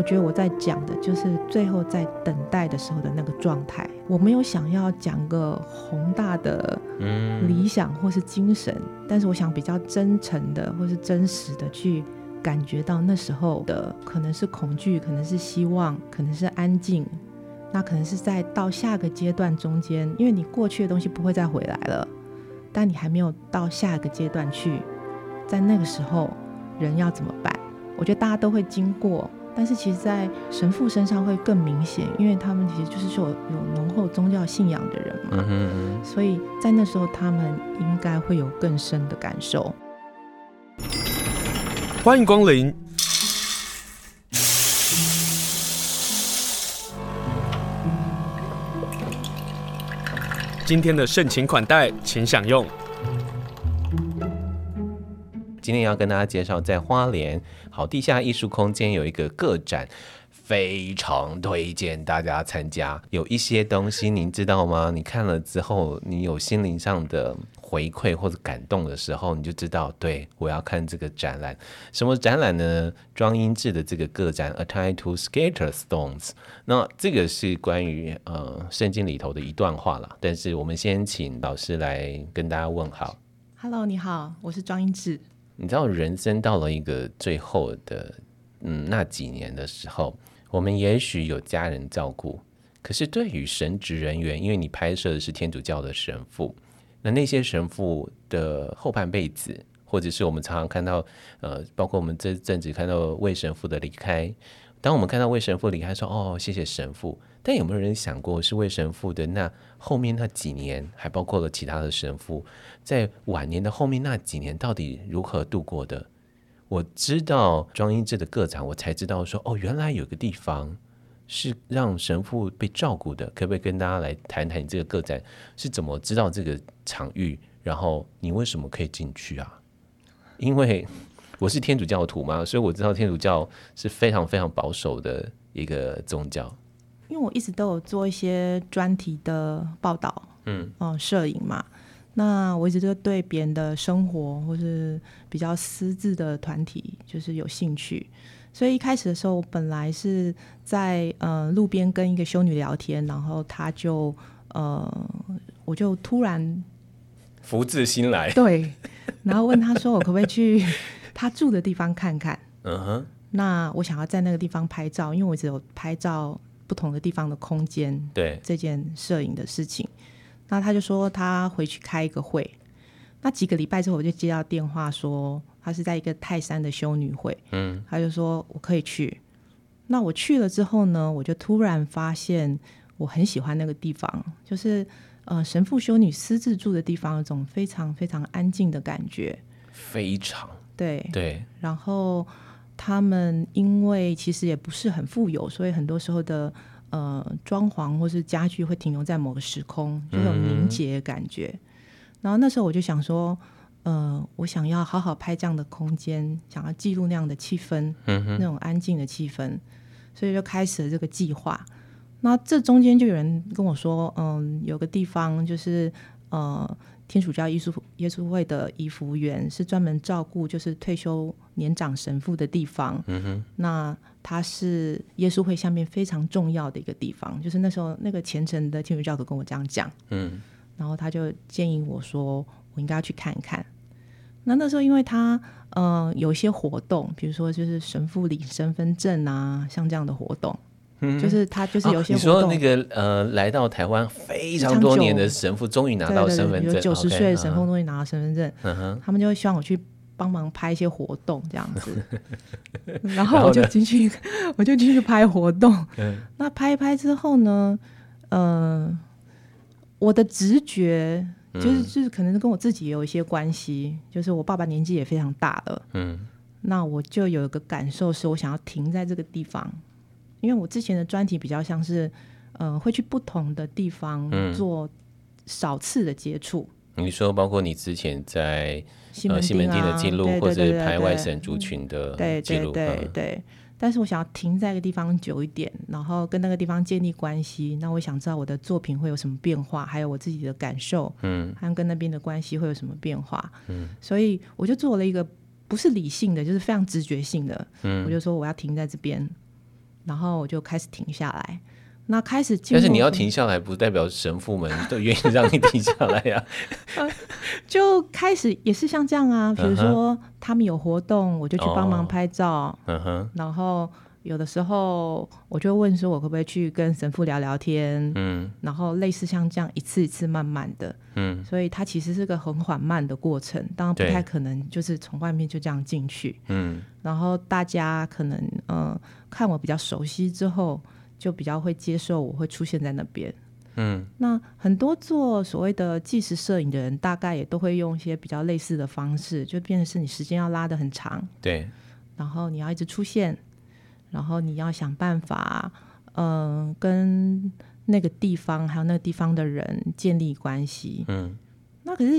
觉得我在讲的就是最后在等待的时候的那个状态。我没有想要讲个宏大的理想或是精神，但是我想比较真诚的或是真实的去感觉到那时候的可能是恐惧，可能是希望，可能是安静，那可能是在到下个阶段中间，因为你过去的东西不会再回来了，但你还没有到下一个阶段去，在那个时候人要怎么办？我觉得大家都会经过，但是其实在神父身上会更明显，因为他们其实就是有浓厚宗教信仰的人嘛，所以在那时候他们应该会有更深的感受。 欢迎光临。今天的盛情款待，请享用。 今天要跟大家介绍，在花莲好地下艺术空间有一个个展，非常推荐大家参加。有一些东西您知道吗？你看了之后，你有心灵上的回馈或者感动的时候，你就知道，对，我要看这个展览。什么展览呢？庄英志的这个个展 A Time to Scatter Stones。那这个是关于圣经里头的一段话啦，但是我们先请老师来跟大家问好。 Hello， 你好，我是庄英志。 你知道人生到了一个最后的那几年的时候，我们也许有家人照顾，可是对于神职人员，因为你拍摄的是天主教的神父，那些神父的后半辈子，或者是我们常常看到包括我们这阵子看到魏神父的离开，当我们看到魏神父离开说哦谢谢神父，但有没有人想过是魏神父的那后面那几年，还包括了其他的神父，在晚年的后面那几年到底如何度过的？我知道庄英志的个展，我才知道说哦，原来有个地方是让神父被照顾的。可不可以跟大家来谈谈你这个个展是怎么知道这个场域，然后你为什么可以进去啊？因为我是天主教徒嘛，所以我知道天主教是非常非常保守的一个宗教。 因为我一直都有做一些专题的报道，摄影嘛，那我一直都对别人的生活或是比较私自的团体就是有兴趣，所以一开始的时候我本来是在路边跟一个修女聊天，然后她就我就突然福至心来， 对，然后问她说我可不可以去她住的地方看看，那我想要在那个地方拍照，因为我只有拍照不同的地方的空间， 对这件摄影的事情。那他就说他回去开一个会，那几个礼拜之后我就接到电话说他是在一个泰山的修女会，他就说我可以去。那我去了之后呢，我就突然发现我很喜欢那个地方，就是神父修女私自住的地方，有种非常非常安静的感觉， 非常对。 然后他们因为其实也不是很富有，所以很多时候的装潢或是家具会停留在某个时空，就有凝结的感觉。然后那时候我就想说我想要好好拍这样的空间，想要记录那样的气氛，那种安静的气氛，所以就开始了这个计划。那这中间就有人跟我说有个地方就是天主教耶稣会的怡福园是专门照顾就是退休年长神父的地方，那它是耶稣会下面非常重要的一个地方，就是那时候那个虔诚的天主教徒跟我这样讲，然后他就建议我说我应该要去看看。那时候因为他有一些活动，比如说就是神父领身份证啊，像这样的活动，就是他就是有些活动， 你说那个来到台湾非常多年的神父终于拿到身份证， 对有90岁的神父终于拿到身份证，他们就会希望我去帮忙拍一些活动这样子然后我就进去拍活动那拍一拍之后呢我的直觉就是可能跟我自己有一些关系，就是我爸爸年纪也非常大了，那我就有一个感受是我想要停在这个地方，因为我之前的专题比较像是会去不同的地方做少次的接触， 你说包括你之前在西门町的记录，或者拍外省族群的记录， 对，但是我想要停在一个地方久一点，然后跟那个地方建立关系，那我想知道我的作品会有什么变化，还有我自己的感受，还有跟那边的关系会有什么变化，所以我就做了一个不是理性的，就是非常直觉性的，我就说我要停在这边。 然后我就开始停下来。那开始进入， 但是你要停下来，不代表神父们都愿意让你停下来呀、 就开始也是像这样啊，比如说他们有活动，我就去帮忙拍照，然后有的时候我就问说我可不可以去跟神父聊聊天，然后类似像这样一次一次慢慢的，所以它其实是个很缓慢的过程，当然不太可能就是从外面就这样进去，然后大家可能看我比较熟悉之后，就比较会接受我会出现在那边。那很多做所谓的纪实摄影的人，大概也都会用一些比较类似的方式，就变成是你时间要拉得很长， 对， 然后你要一直出现，然后你要想办法，跟那个地方还有那个地方的人建立关系。那可是，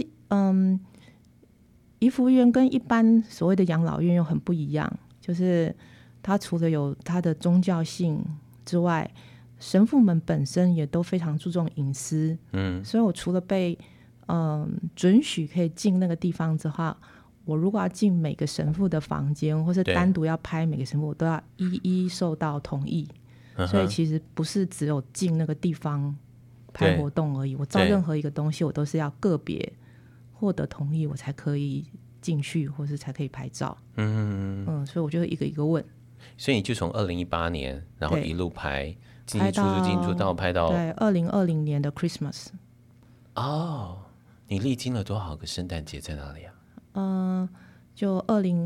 颐福园跟一般所谓的养老院又很不一样，就是它除了有它的宗教性之外，神父们本身也都非常注重隐私，所以我除了被准许可以进那个地方之后，我如果要进每个神父的房间，或是单独要拍每个神父，我都要一一受到同意，所以其实不是只有进那个地方拍活动而已，我照任何一个东西我都是要个别获得同意我才可以进去，或是才可以拍照。所以我就一个一个问。 所以你就从2018年然后一路拍进出到拍到对2020年的 Christmas。 你历经了多少个圣诞节在哪里啊？ 就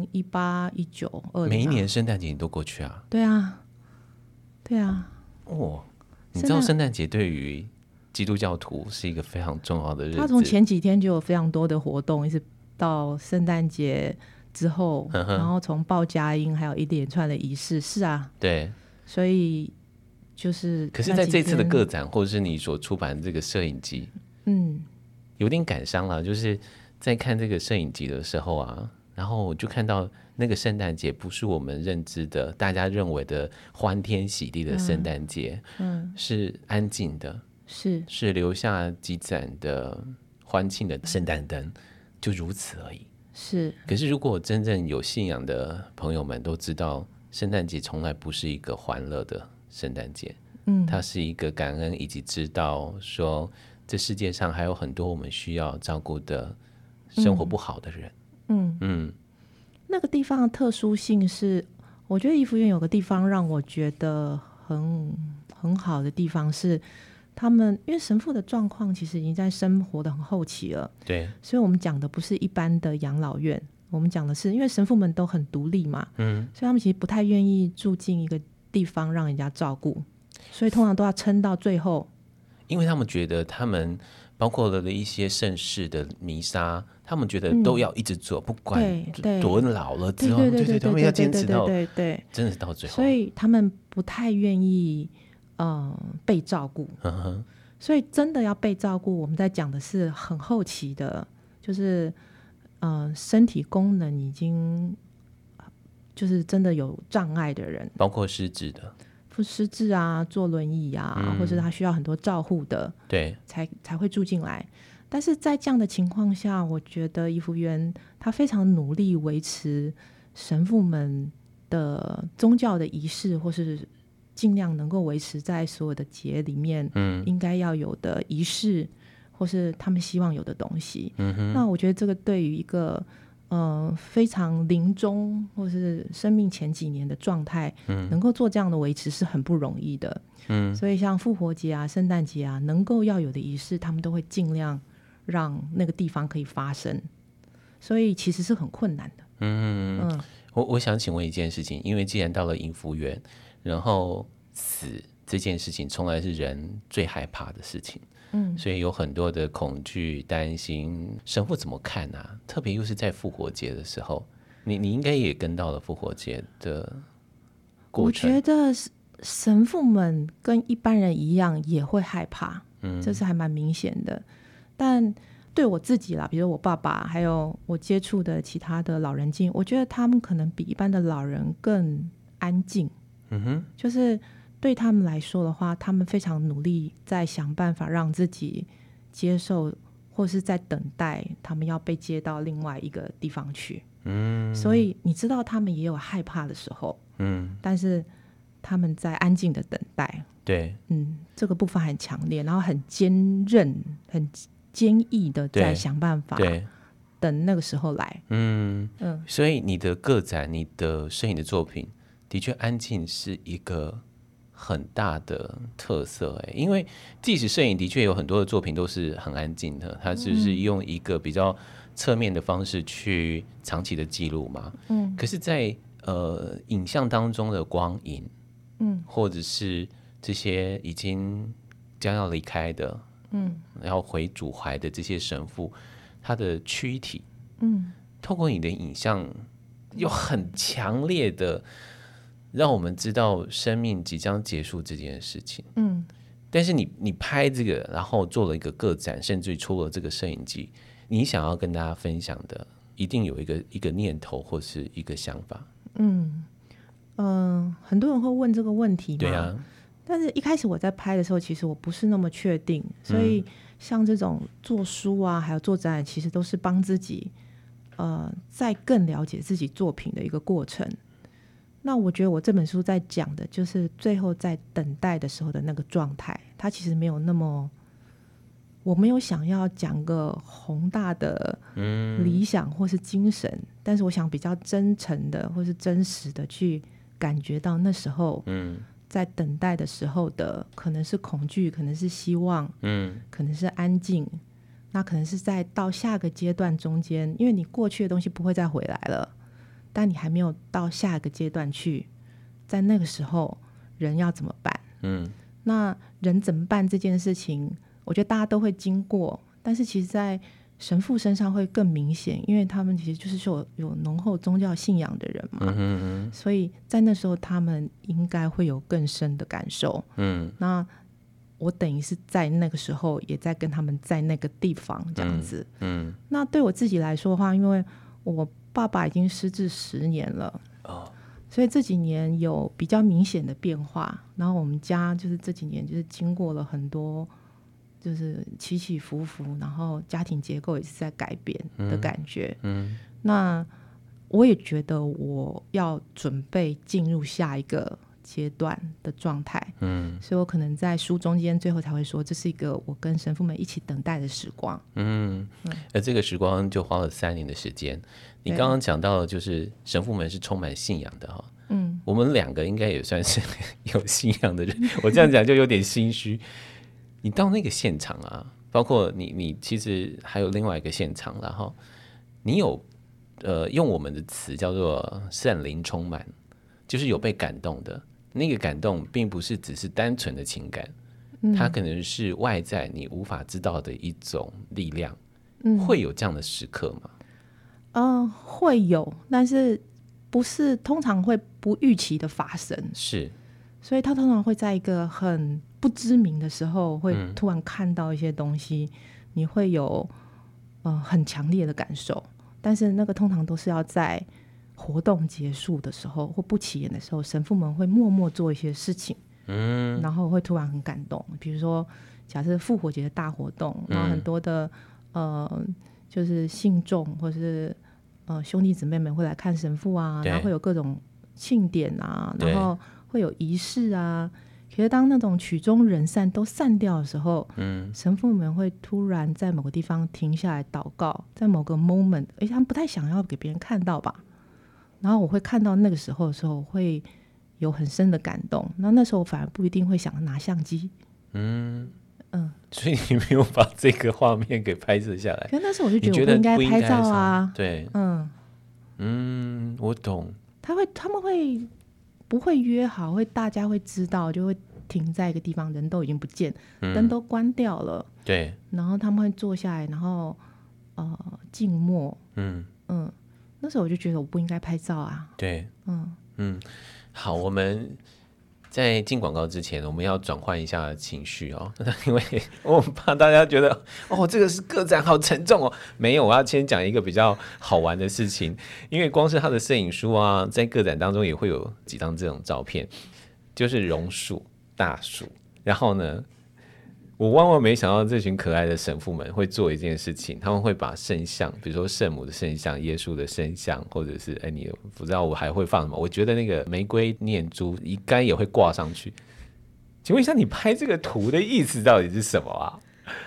2018、19、20， 每一年圣诞节你都过去啊？ 对啊，对啊。 你知道圣诞节对于基督教徒是一个非常重要的日子， 他从前几天就有非常多的活动，一直到圣诞节之后，然后从报佳音还有一连串的仪式。是啊， 对， 所以就是可是在这次的个展或者是你所出版的这个摄影集，有点感伤了，就是在看这个摄影集的时候啊，然后我就看到那个圣诞节不是我们认知的大家认为的欢天喜地的圣诞节，是安静的，是留下几盏的欢庆的圣诞灯，就如此而已。 是， 可是如果真正有信仰的朋友们都知道，圣诞节从来不是一个欢乐的圣诞节，它是一个感恩，以及知道说这世界上还有很多我们需要照顾的生活不好的人。 那个地方的特殊性是，我觉得颐福园有个地方让我觉得很好的地方是，他们因为神父的状况其实已经在生活的很后期了， 对， 所以我们讲的不是一般的养老院，我们讲的是因为神父们都很独立嘛，所以他们其实不太愿意住进一个地方让人家照顾，所以通常都要撑到最后， 因为他们觉得他们包括了一些盛世的弥撒，他们觉得都要一直做，不管多老了之后，对，他们要坚持到，对，真的是到最后， 所以他们不太愿意被照顾，所以真的要被照顾，我们在讲的是很后期的，就是身体功能已经就是真的有障碍的人， 包括失智的， 失智啊，坐轮椅啊，或者他需要很多照护的， 对， 才会住进来。但是在这样的情况下，我觉得颐福园他非常努力维持神父们的宗教的仪式，或是尽量能够维持在所有的节里面应该要有的仪式，或是他们希望有的东西。那我觉得这个对于一个非常临终或是生命前几年的状态，能够做这样的维持是很不容易的。所以像复活节啊、圣诞节啊，能够要有的仪式，他们都会尽量让那个地方可以发生，所以其实是很困难的。 我想请问一件事情，因为既然到了颐福园，然后死这件事情从来是人最害怕的事情，所以有很多的恐惧、担心。神父怎么看啊？特别又是在复活节的时候，你应该也跟到了复活节的过程。 我觉得神父们跟一般人一样也会害怕，这是还蛮明显的。但对我自己啦，比如我爸爸还有我接触的其他的老人进，我觉得他们可能比一般的老人更安静。就是对他们来说的话，他们非常努力在想办法让自己接受，或是在等待他们要被接到另外一个地方去。所以你知道他们也有害怕的时候，但是他们在安静的等待。 对， 这个部分很强烈，然后很坚韧、很坚毅的在想办法， 对， 等那个时候来。 所以你的个展、你的摄影的作品，的确安静是一个很大的特色。因为即使摄影的确有很多的作品都是很安静的，它只是用一个比较侧面的方式去长期的记录嘛。可是在影像当中的光影，或者是这些已经将要离开的，要回主怀的这些神父，他的躯体，透过你的影像，有很强烈的让我们知道生命即将结束这件事情。但是你拍这个，然后做了一个个展，甚至出了这个摄影集，你想要跟大家分享的，一定有一个念头或是一个想法。 很多人会问这个问题嘛， 对啊。 但是一开始我在拍的时候，其实我不是那么确定，所以像这种做书啊，还有做展览，其实都是帮自己再更了解自己作品的一个过程。那我觉得我这本书在讲的就是最后在等待的时候的那个状态，它其实没有那么，我没有想要讲个宏大的理想或是精神，但是我想比较真诚的或是真实的去感觉到那时候在等待的时候的可能是恐惧，可能是希望，可能是安静，那可能是在到下个阶段中间，因为你过去的东西不会再回来了，但你还没有到下一个阶段去，在那个时候人要怎么办？那人怎么办这件事情，我觉得大家都会经过，但是其实在神父身上会更明显，因为他们其实就是有浓厚宗教信仰的人嘛，所以在那时候他们应该会有更深的感受。那我等于是在那个时候也在跟他们在那个地方这样子。那对我自己来说的话，因为我爸爸已经失智10年了，所以这几年有比较明显的变化，然后我们家就是这几年就是经过了很多就是起起伏伏，然后家庭结构也是在改变的感觉。那我也觉得我要准备进入下一个阶段的状态，所以我可能在书中间最后才会说，这是一个我跟神父们一起等待的时光。 而这个时光就花了3年的时间。你刚刚讲到的就是神父们是充满信仰的哈，我们2个应该也算是有信仰的人，我这样讲就有点心虚。你到那个现场啊，包括你其实还有另外一个现场，然后你有用我们的词叫做圣灵充满，就是有被感动的。那个感动并不是只是单纯的情感，它可能是外在你无法知道的一种力量。会有这样的时刻吗？ 会有，但是不是通常会不预期的发生， 是， 所以他通常会在一个很不知名的时候会突然看到一些东西，你会有很强烈的感受，但是那个通常都是要在活动结束的时候或不起眼的时候，神父们会默默做一些事情，然后会突然很感动。比如说假设复活节的大活动，然后很多的就是信众或是兄弟姊妹们会来看神父啊，然后会有各种庆典啊，然后会有仪式啊。可是当那种曲终人散都散掉的时候，神父们会突然在某个地方停下来祷告，在某个 moment， 他们不太想要给别人看到吧，然后我会看到那个时候的时候会有很深的感动，那时候我反而不一定会想拿相机。 所以你没有把这个画面给拍摄下来。 可是那时候我就觉得我不应该拍照啊。 对，我懂。他们会不会约好，会大家会知道，就会停在一个地方，人都已经不见，灯都关掉了。 对， 然后他们会坐下来，然后静默。那时候我就觉得我不应该拍照啊。 对，好，我们在进广告之前，我们要转换一下情绪哦，因为我怕大家觉得这个是个展好沉重哦。没有，我要先讲一个比较好玩的事情，因为光是他的摄影书啊，在个展当中也会有几张这种照片，就是榕树、大树，然后呢， 我万万没想到这群可爱的神父们会做一件事情，他们会把圣像，比如说圣母的圣像、耶稣的圣像，或者是你不知道我还会放什么，我觉得那个玫瑰念珠应该也会挂上去。请问一下，你拍这个图的意思到底是什么啊？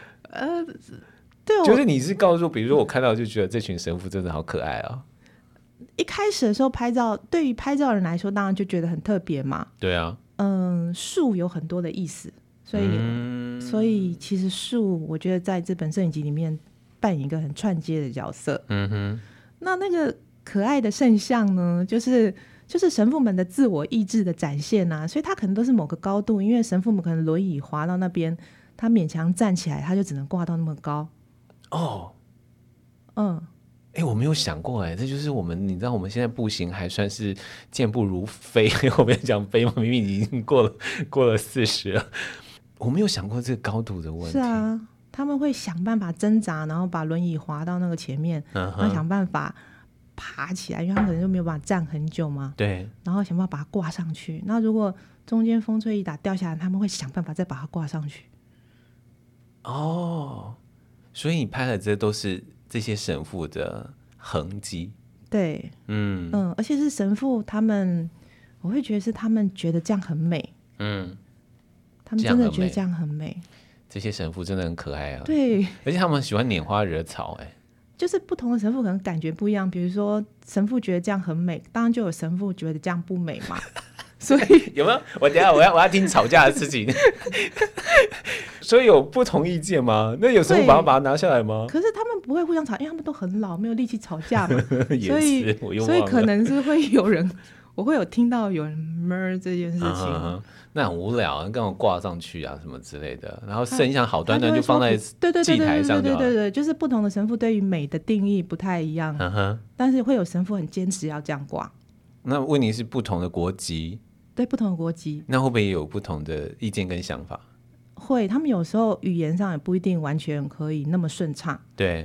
对， 就是你是告诉，比如说我看到就觉得这群神父真的好可爱啊。 一开始的时候拍照，对于拍照的人来说，当然就觉得很特别嘛。 对啊， 树有很多的意思，所以其实树，我觉得在这本摄影集里面扮演一个很串接的角色。那个可爱的圣像呢，就是神父们的自我意志的展现啊，所以他可能都是某个高度，因为神父们可能轮椅滑到那边，他勉强站起来，他就只能挂到那么高。 我没有想过这就是你知道我们现在步行还算是健步如飞，我没有讲飞嘛，明明已经过了40了，我没有想过这个高度的问题。 是啊，他们会想办法挣扎，然后把轮椅滑到那个前面，然后想办法爬起来，因为他们可能就没有办法站很久嘛。 对， 然后想办法把它挂上去。那如果中间风吹一打掉下来，他们会想办法再把它挂上去。 所以你拍的这都是这些神父的痕迹。 对，而且是神父他们，我会觉得是他们觉得这样很美。他们真的觉得这样很美。 这些神父真的很可爱啊。 对， 而且他们喜欢拈花惹草。 就是不同的神父可能感觉不一样，比如说神父觉得这样很美，当然就有神父觉得这样不美嘛。所以有没有？我等一下我要听吵架的事情。所以有不同意见吗？那有时候把它拿下来吗？ 可是他们不会互相吵，因为他们都很老，没有力气吵架嘛。 也是， 所以可能是会有人，我会有听到有人murmur这件事情。 那很无聊，跟我挂上去啊什么之类的，然后圣像好端端就放在祭台上就好了。 对，就是不同的神父对于美的定义不太一样。但是会有神父很坚持要这样挂。 那问题是不同的国籍。 对，不同的国籍， 那会不会也有不同的意见跟想法？ 会，他们有时候语言上也不一定完全可以那么顺畅。 对，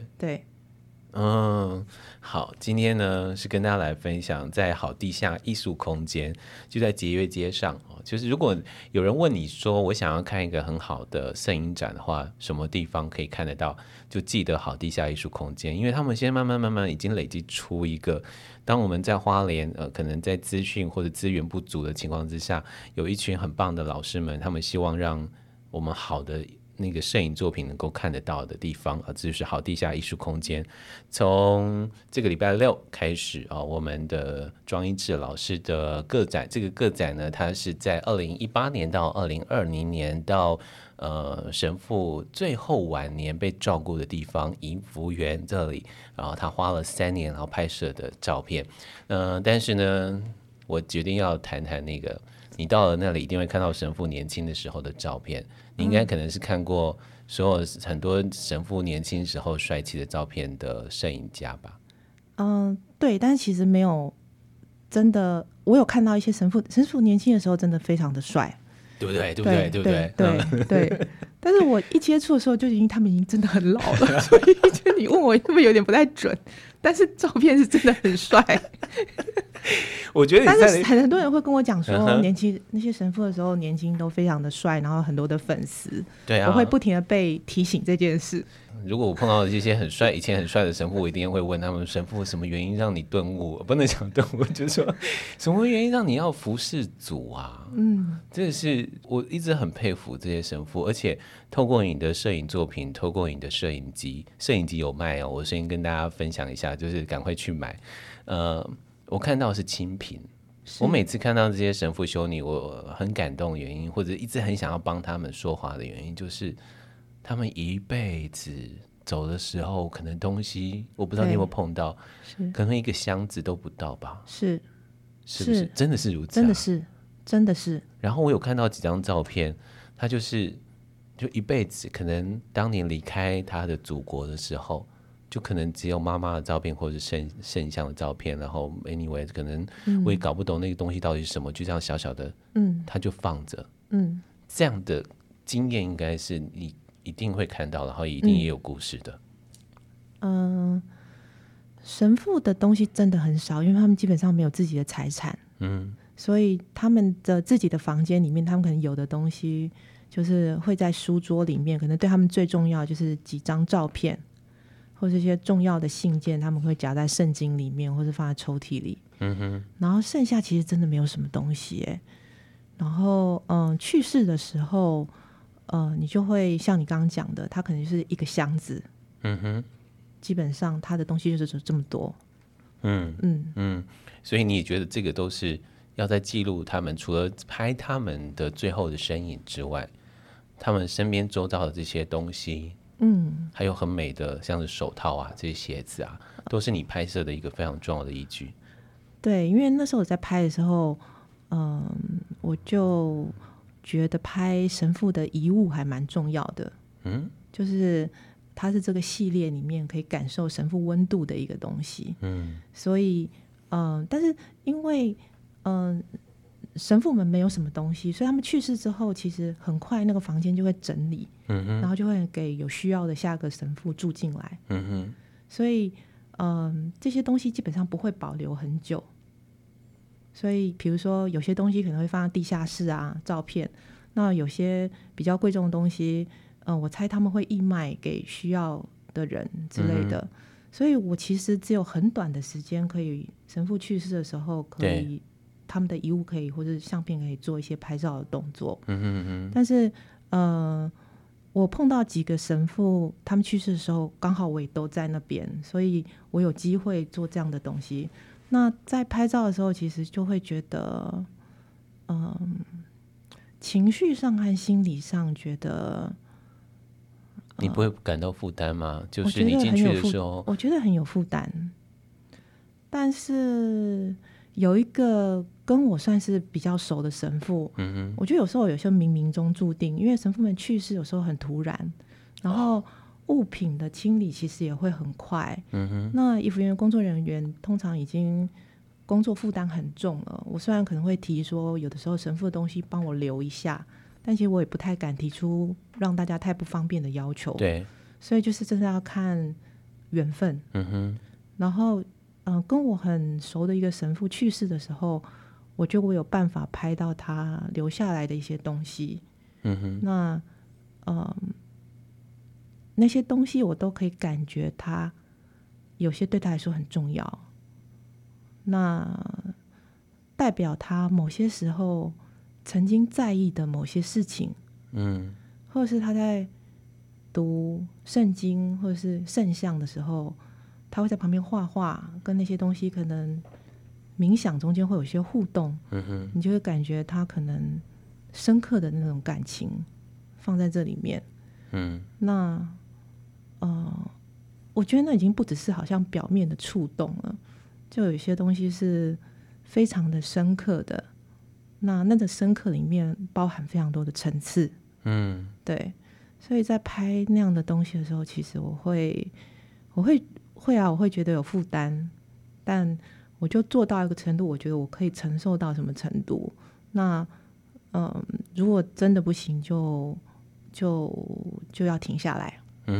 好，今天呢是跟大家来分享在好地下艺术空间，就在节约街上。就是如果有人问你说我想要看一个很好的摄影展的话，什么地方可以看得到，就记得好地下艺术空间，因为他们现在慢慢已经累积出一个，当我们在花莲可能在资讯或者资源不足的情况之下，有一群很棒的老师们，他们希望让我们好的那个摄影作品能够看得到的地方，这就是好地下艺术空间。从这个礼拜6开始我们的庄一智老师的个展，这个个展呢，它是在2018年到2020年到神父最后晚年被照顾的地方颐福园这里，然后他花了3年然后拍摄的照片。但是呢，我决定要谈谈那个你到了那里一定会看到神父年轻的时候的照片。你应该可能是看过所有很多神父年轻时候帅气的照片的摄影家吧？ 对，但是其实没有真的，我有看到一些神父年轻的时候真的非常的帅， 对不对？ 对。但是我一接触的时候他们已经真的很老了，所以就你问我会不会有点不太准，但是照片是真的很帅。 我觉得但是很多人会跟我讲说，年轻那些神父的时候年轻都非常的帅，然后很多的粉丝。对啊，我会不停的被提醒这件事。 如果我碰到这些很帅以前很帅的神父，我一定会问他们，神父什么原因让你顿悟？不能讲顿悟，就是说什么原因让你要服侍主啊？这是我一直很佩服这些神父。而且透过你的摄影作品，透过你的摄影机有卖我先跟大家分享一下，就是赶快去买。我看到的是清贫。我每次看到这些神父修女，我很感动的原因，或者一直很想要帮他们说话的原因，就是他们一辈子走的时候，可能东西我不知道你有没有碰到，可能一个箱子都不到吧？是不是？真的是如此？ 真的是。 然后我有看到几张照片，他就一辈子，可能当年离开他的祖国的时候，就可能只有妈妈的照片或者圣像的照片，然后 anyway 可能我也搞不懂那个东西到底是什么，就这样小小的，他就放着，这样的经验应该是你一定会看到，然后一定也有故事的。 神父的东西真的很少，因为他们基本上没有自己的财产，所以他们的自己的房间里面，他们可能有的东西就是会在书桌里面，可能对他们最重要就是几张照片，或是一些重要的信件，他们会夹在圣经里面，或是放在抽屉里。然后剩下其实真的没有什么东西耶。然后去世的时候，你就会像你刚刚讲的，他可能就是一个箱子。基本上他的东西就是这么多。 所以你也觉得这个都是要在记录他们，除了拍他们的最后的身影之外，他们身边周遭的这些东西，还有很美的像是手套啊，这些鞋子啊，都是你拍摄的一个非常重要的依据。 对，因为那时候我在拍的时候，我就觉得拍神父的遗物还蛮重要的。就是它是这个系列里面可以感受神父温度的一个东西。所以但是因为神父们没有什么东西，所以他们去世之后，其实很快那个房间就会整理，然后就会给有需要的下个神父住进来。所以这些东西基本上不会保留很久。所以比如说有些东西可能会放在地下室啊，照片，那有些比较贵重的东西，我猜他们会义卖给需要的人之类的。所以我其实只有很短的时间，可以神父去世的时候，可以他们的遗物可以或者相片可以做一些拍照的动作。但是我碰到几个神父，他们去世的时候刚好我也都在那边，所以我有机会做这样的东西。那在拍照的时候，其实就会觉得情绪上和心理上觉得你不会感到负担吗？就是你进去的时候， 我觉得很有负担。但是有一个跟我算是比较熟的神父，我觉得有时候有些冥冥中注定，因为神父们去世有时候很突然，然后物品的清理其实也会很快。那医服员工作人员通常已经工作负担很重了，我虽然可能会提说有的时候神父的东西帮我留一下，但其实我也不太敢提出让大家太不方便的要求。 对， 所以就是真的要看缘分。然后跟我很熟的一个神父去世的时候，我觉得我有办法拍到他留下来的一些东西。那那些东西我都可以感觉他有些对他来说很重要，那代表他某些时候曾经在意的某些事情，或者是他在读圣经或者是圣像的时候，他会在旁边画画，跟那些东西可能冥想中间会有一些互动。你就会感觉他可能深刻的那种感情放在这里面。那我觉得那已经不只是好像表面的触动了，就有一些东西是非常的深刻的，那个深刻里面包含非常多的层次。对，所以在拍那样的东西的时候，其实我会觉得有负担，但我就做到一个程度，我觉得我可以承受到什么程度。那如果真的不行，就要停下来。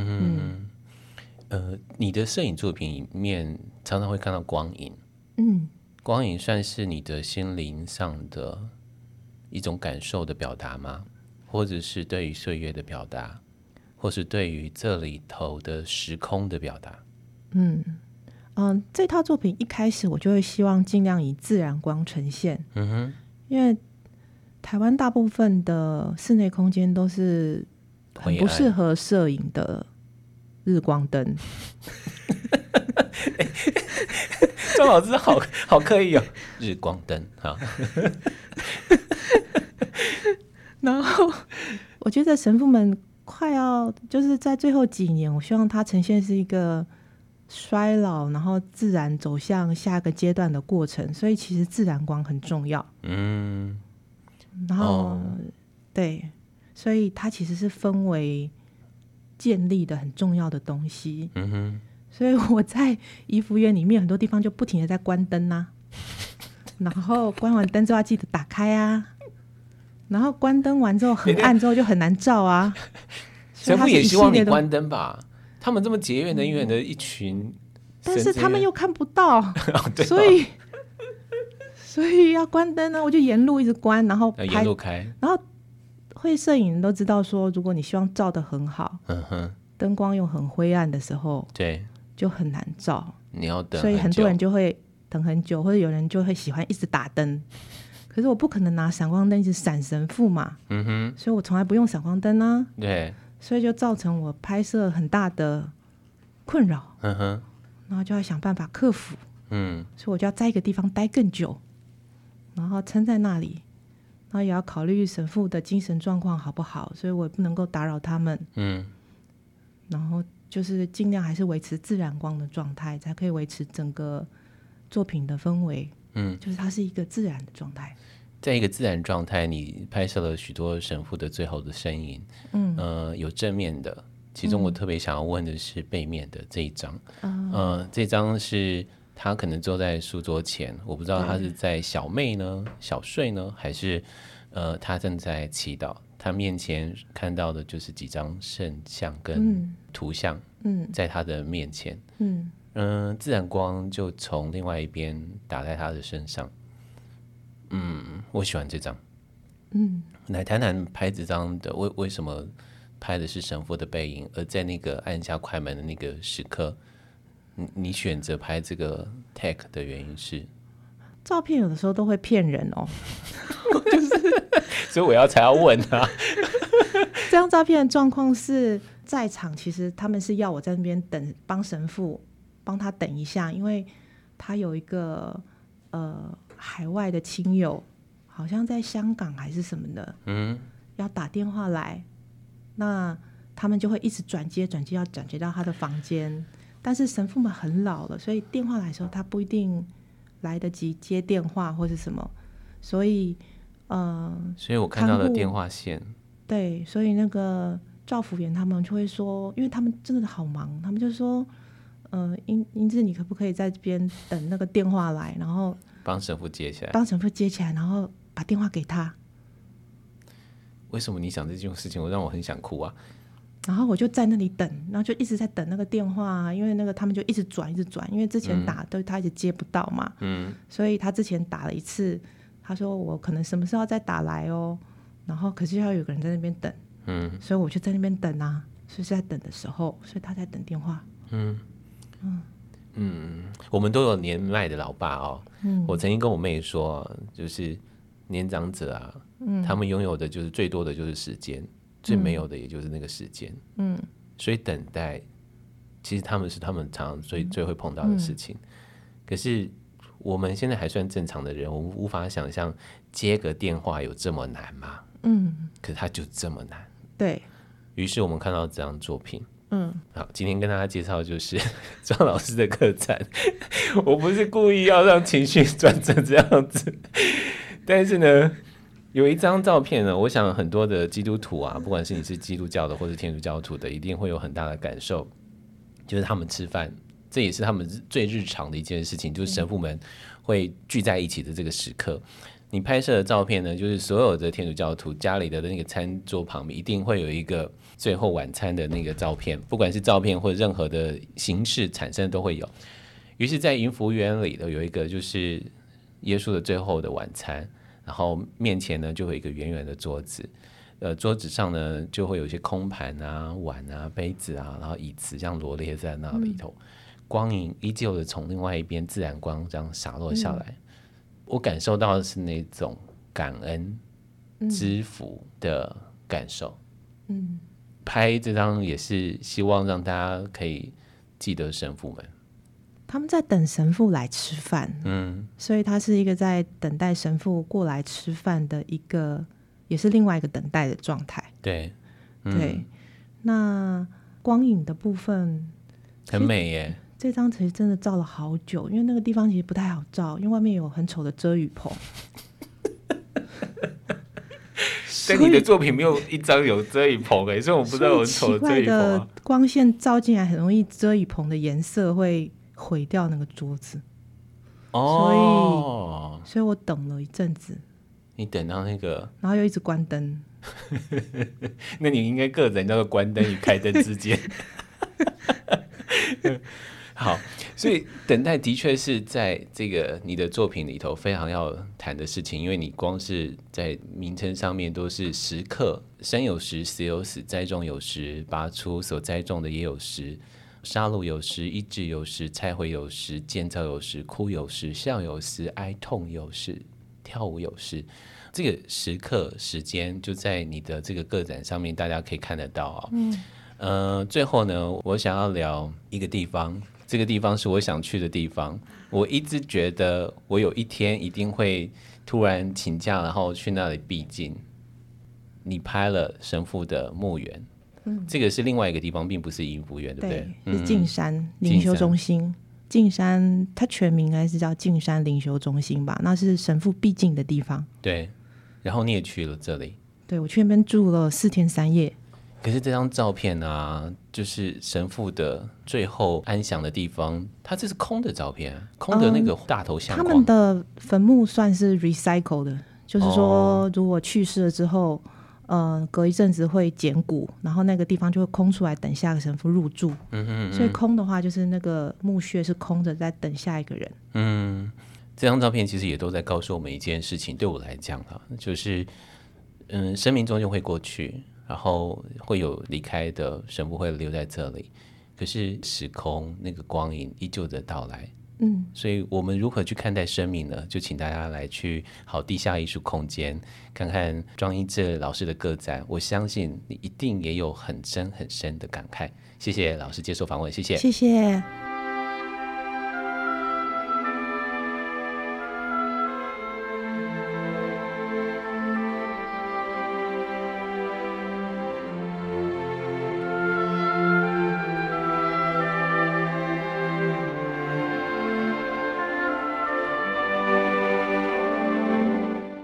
你的摄影作品里面常常会看到光影。光影算是你的心灵上的一种感受的表达吗？或者是对于岁月的表达，或是对于这里头的时空的表达？这套作品一开始我就会希望尽量以自然光呈现。因为台湾大部分的室内空间都是很不适合摄影的日光灯。 张老师好刻意哦，日光灯。好。 然后我觉得神父们快要就是在最后几年，我希望它呈现是一个衰老然后自然走向下个阶段的过程，所以其实自然光很重要。然后对，所以它其实是氛围建立的很重要的东西。所以我在怡福园里面很多地方就不停的在关灯啊，然后关完灯之后要记得打开啊，然后关灯完之后很暗之后就很难照啊。 神父也希望你关灯吧？他们这么结怨的远的一群， 但是他们又看不到。所以要关灯呢，我就沿路一直关，然后沿路开。 然后会摄影都知道说，如果你希望照得很好，灯光又很灰暗的时候， 对， 就很难照， 你要等很久， 所以很多人就会等很久，或者有人就会喜欢一直打灯。可是我不可能拿闪光灯一直闪神父嘛，所以我从来不用闪光灯啊， 对， 所以就造成我拍摄很大的困扰，然后就要想办法克服，所以我就要在一个地方待更久，然后撑在那里，然后也要考虑神父的精神状况好不好，所以我也不能够打扰他们，然后就是尽量还是维持自然光的状态，才可以维持整个作品的氛围，就是它是一个自然的状态。 在一个自然状态，你拍摄了许多神父的最后的身影，有正面的，其中我特别想要问的是背面的这一张，这张是他可能坐在书桌前，我不知道他是在小寐呢、小睡呢，还是他正在祈祷，他面前看到的就是几张圣像跟图像，在他的面前，自然光就从另外一边打在他的身上。我喜欢这张。来谈谈拍这张的为什么拍的是神父的背影，而在那个按下快门的那个时刻，你选择拍这个 take 的原因是？ 照片有的时候都会骗人哦， 所以我才要问啊。 这张照片的状况是在场，其实他们是要我在那边等，帮神父帮他等一下，因为他有一个海外的亲友，好像在香港还是什么的，要打电话来，那他们就会一直转接要转接到他的房间，但是神父们很老了，所以电话来的时候他不一定来得及接电话或是什么，所以我看到了电话线， 对，所以那个照服员他们就会说，因为他们真的好忙，他们就说英智你可不可以在这边等那个电话来，然后帮神父接起来， 然后把电话给他。 为什么你想这件事情让我很想哭啊？ 然后我就在那里等，然后就一直在等那个电话，因为那个他们就一直转，因为之前打都他一直接不到嘛，所以他之前打了一次，他说我可能什么时候再打来哦，然后可是要有个人在那边等，所以我就在那边等啊，所以是在等的时候，所以他在等电话。 我们都有年迈的老爸哦，我曾经跟我妹说，就是年长者啊，他们拥有的就是最多的就是时间，最没有的也就是那个时间，所以等待其实他们常常最会碰到的事情，可是我们现在还算正常的人，我们无法想象接个电话有这么难吗？可是它就这么难。 对， 于是我们看到这张作品。好，今天跟大家介绍就是庄老师的客栈。我不是故意要让情绪转成这样子，但是呢，有一张照片呢，我想很多的基督徒啊，不管是你是基督教的或是天主教徒的，一定会有很大的感受，就是他们吃饭，这也是他们最日常的一件事情，就是神父们会聚在一起的这个时刻。你拍摄的照片呢，就是所有的天主教徒家里的那个餐桌旁边一定会有一个最后晚餐的那个照片，不管是照片或者任何的形式产生都会有。于是在云福园里头有一个就是耶稣的最后的晚餐，然后面前呢就会有一个圆圆的桌子，桌子上呢就会有一些空盘啊、碗啊、杯子啊，然后椅子这样罗列在那里头，光影依旧的从另外一边自然光这样洒落下来。我感受到的是那种感恩、知福的感受。拍这张也是希望让大家可以记得神父们， 他们在等神父来吃饭，所以他是一个在等待神父过来吃饭的一个，也是另外一个等待的状态。 对， 对。那光影的部分很美耶。 这张其实真的照了好久，因为那个地方其实不太好照，因为外面有很丑的遮雨棚。 但你的作品没有一张有遮雨棚所以我不知道有很丑的遮雨棚奇怪的光线照进来，很容易遮雨棚的颜色会毁掉那个桌子。所以我等了一阵子。 你等到那个， 然后又一直关灯。 那你应该各人叫做关灯与开灯之间。好， 所以等待的确是在这个你的作品里头非常要谈的事情，因为你光是在名称上面都是时刻，生有时，死有死，栽种有时，拔出所栽种的也有时，杀戮有时，医治有时，拆毁有时，建造有时，哭有时，笑有时，哀痛有时，跳舞有时。这个时刻时间就在你的这个个展上面大家可以看得到最后呢，我想要聊一个地方，这个地方是我想去的地方。我一直觉得我有一天一定会突然请假，然后去那里避静。你拍了神父的墓园，这个是另外一个地方，并不是颐福园，对不对？ 对，是径山灵修中心。径山它全名应该是叫径山灵修中心吧？那是神父必经的地方。 对，然后你也去了这里。 对，我去那边住了4天3夜。 可是这张照片啊，就是神父的最后安详的地方，它这是空的照片，空的那个大头相框。 他们的坟墓算是 recycle 的，就是说如果去世了之后隔一阵子会捡骨，然后那个地方就会空出来等下个神父入住。所以空的话就是那个墓穴是空的，在等下一个人。 这张照片其实也都在告诉我们一件事情，对我来讲就是生命终究会过去，然后会有离开的神父会留在这里，可是时空那个光影依旧的到来。所以我们如何去看待生命呢？就请大家来去好地下艺术空间看看庄一智老师的个展，我相信你一定也有很深很深的感慨。谢谢老师接受访问，谢谢。 谢谢。